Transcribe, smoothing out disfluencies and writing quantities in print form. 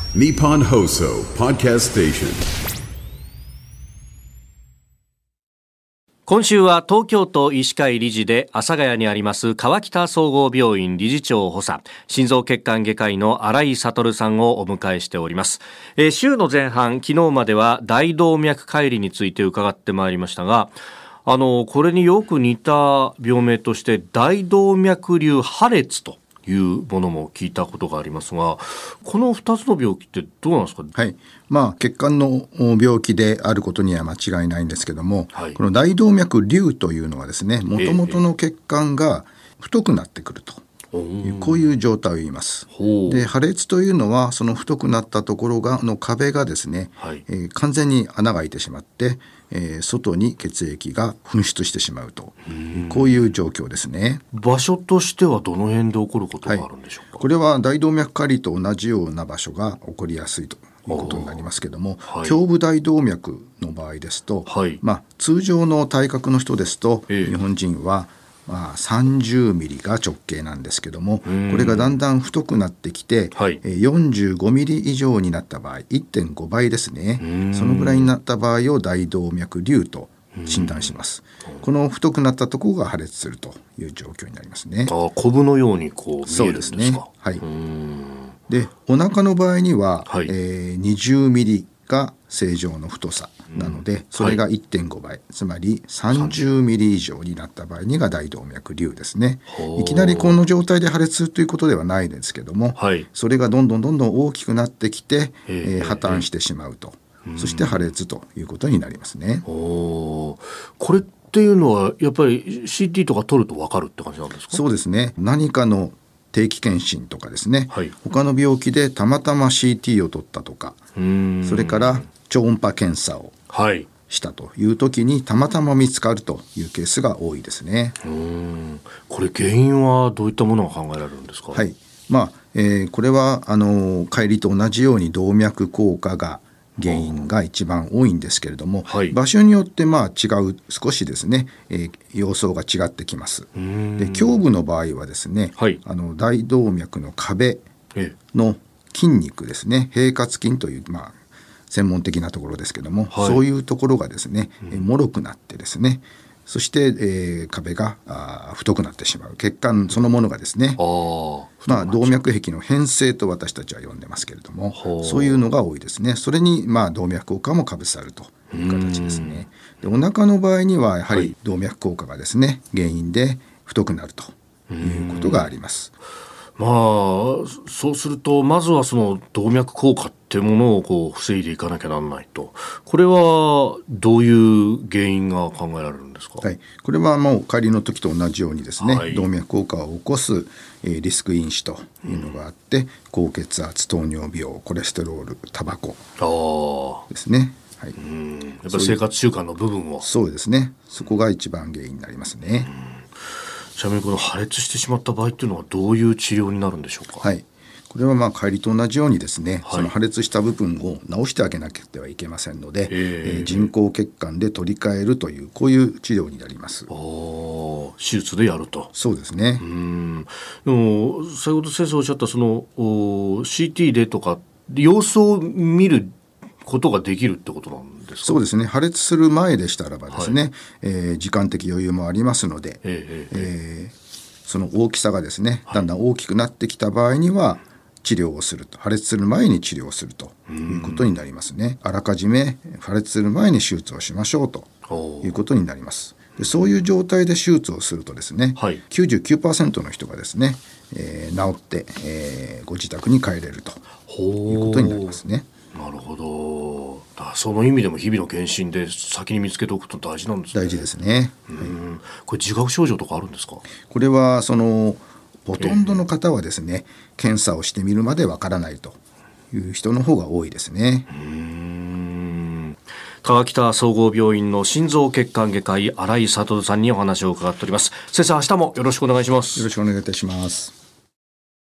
Nippon Hoso Podcast Station。 今週は東京都医師会理事で阿佐ヶ谷にあります川北総合病院理事長補佐心臓血管外科医の新井悟さんをお迎えしております。週の前半、昨日までは大動脈解離について伺ってまいりましたが、これによく似た病名として大動脈瘤破裂というものも聞いたことがありますが、この2つの病気ってどうなんですか？ はい、血管の病気であることには間違いないんですけども、 はい、 この大動脈瘤というのはですね、もともとの血管が太くなってくるとこういう状態を言います。で、破裂というのはその太くなったところの壁がですね、完全に穴が開いてしまって、外に血液が噴出してしまうと、こういう状況ですね。 場所としてはどの辺で起こることがあるんでしょうか？ これは大動脈解離と同じような場所が起こりやすいということになりますけども、胸部大動脈の場合ですと、通常の体格の人ですと、日本人は30ミリが直径なんですけども、これがだんだん太くなってきて、45ミリ以上になった場合 1.5 倍ですね。そのぐらいになった場合を大動脈瘤と診断します。この太くなったところが破裂するという状況になりますね。 コブのようにこう見えるんですか？そうですね。 で、お腹の場合には、20ミリが正常の太さなので、それが 1.5 倍、つまり30ミリ以上になった場合にが大動脈瘤ですね。いきなりこの状態で破裂するということではないですけども、それがどんどん大きくなってきて、破綻してしまうと、そして破裂ということになりますね。 これっていうのはやっぱり CT とか取ると分かるって感じなんですか？ そうですね。何かの定期検診とかですね、他の病気でたまたま CT を取ったとか、それから超音波検査をしたという時にたまたま見つかるというケースが多いですね。 これ原因はどういったものが考えられるんですか？ これは解離と同じように動脈硬化が原因が一番多いんですけれども、場所によって違う少しですね、様相が違ってきます。で、胸部の場合はですね、大動脈の壁の筋肉ですね、平滑筋という専門的なところですけども、そういうところがですね、脆くなってですね、そして、壁が太くなってしまう。血管そのものがですね、動脈壁の変性と私たちは呼んでますけれども、そういうのが多いですね。それに動脈硬化もかぶさるという形ですね。で、お腹の場合にはやはり動脈硬化がですね、原因で太くなるということがあります。 そうするとまずはその動脈硬化っていうものを防いでいかなきゃなんないと。これはどういう原因が考えられるんですか？ これはもう解離の時と同じようにですね、動脈硬化を起こす、リスク因子というのがあって、高血圧、糖尿病、コレステロール、タバコですね。 やっぱり生活習慣の部分を。 そうですね。そこが一番原因になりますね。 ちなみにこの破裂してしまった場合っていうのはどういう治療になるんでしょうか？ これは解離と同じようにですね、その破裂した部分を治してあげなければいけませんので、人工血管で取り替えるというこういう治療になります。 手術でやると。 そうですね。 でも先ほど先生おっしゃったその CT でとか様子を見ることができるってことなんですか？ そうですね。破裂する前でしたらばですね、時間的余裕もありますので、その大きさがですね、だんだん大きくなってきた場合には治療をすると、破裂する前に治療をするということになりますね。あらかじめ破裂する前に手術をしましょうということになります。で、そういう状態で手術をするとですね、99% の人がですね、治って、ご自宅に帰れるということになりますね。 なるほど。その意味でも日々の検診で先に見つけておくと大事なんですね。 大事ですね。 これ自覚症状とかあるんですか？これはほとんどの方はですね、検査をしてみるまでわからないという人の方が多いですね。 川北総合病院の心臓血管外科医新井悟さんにお話を伺っております。先生、明日もよろしくお願いします。 よろしくお願いいたします。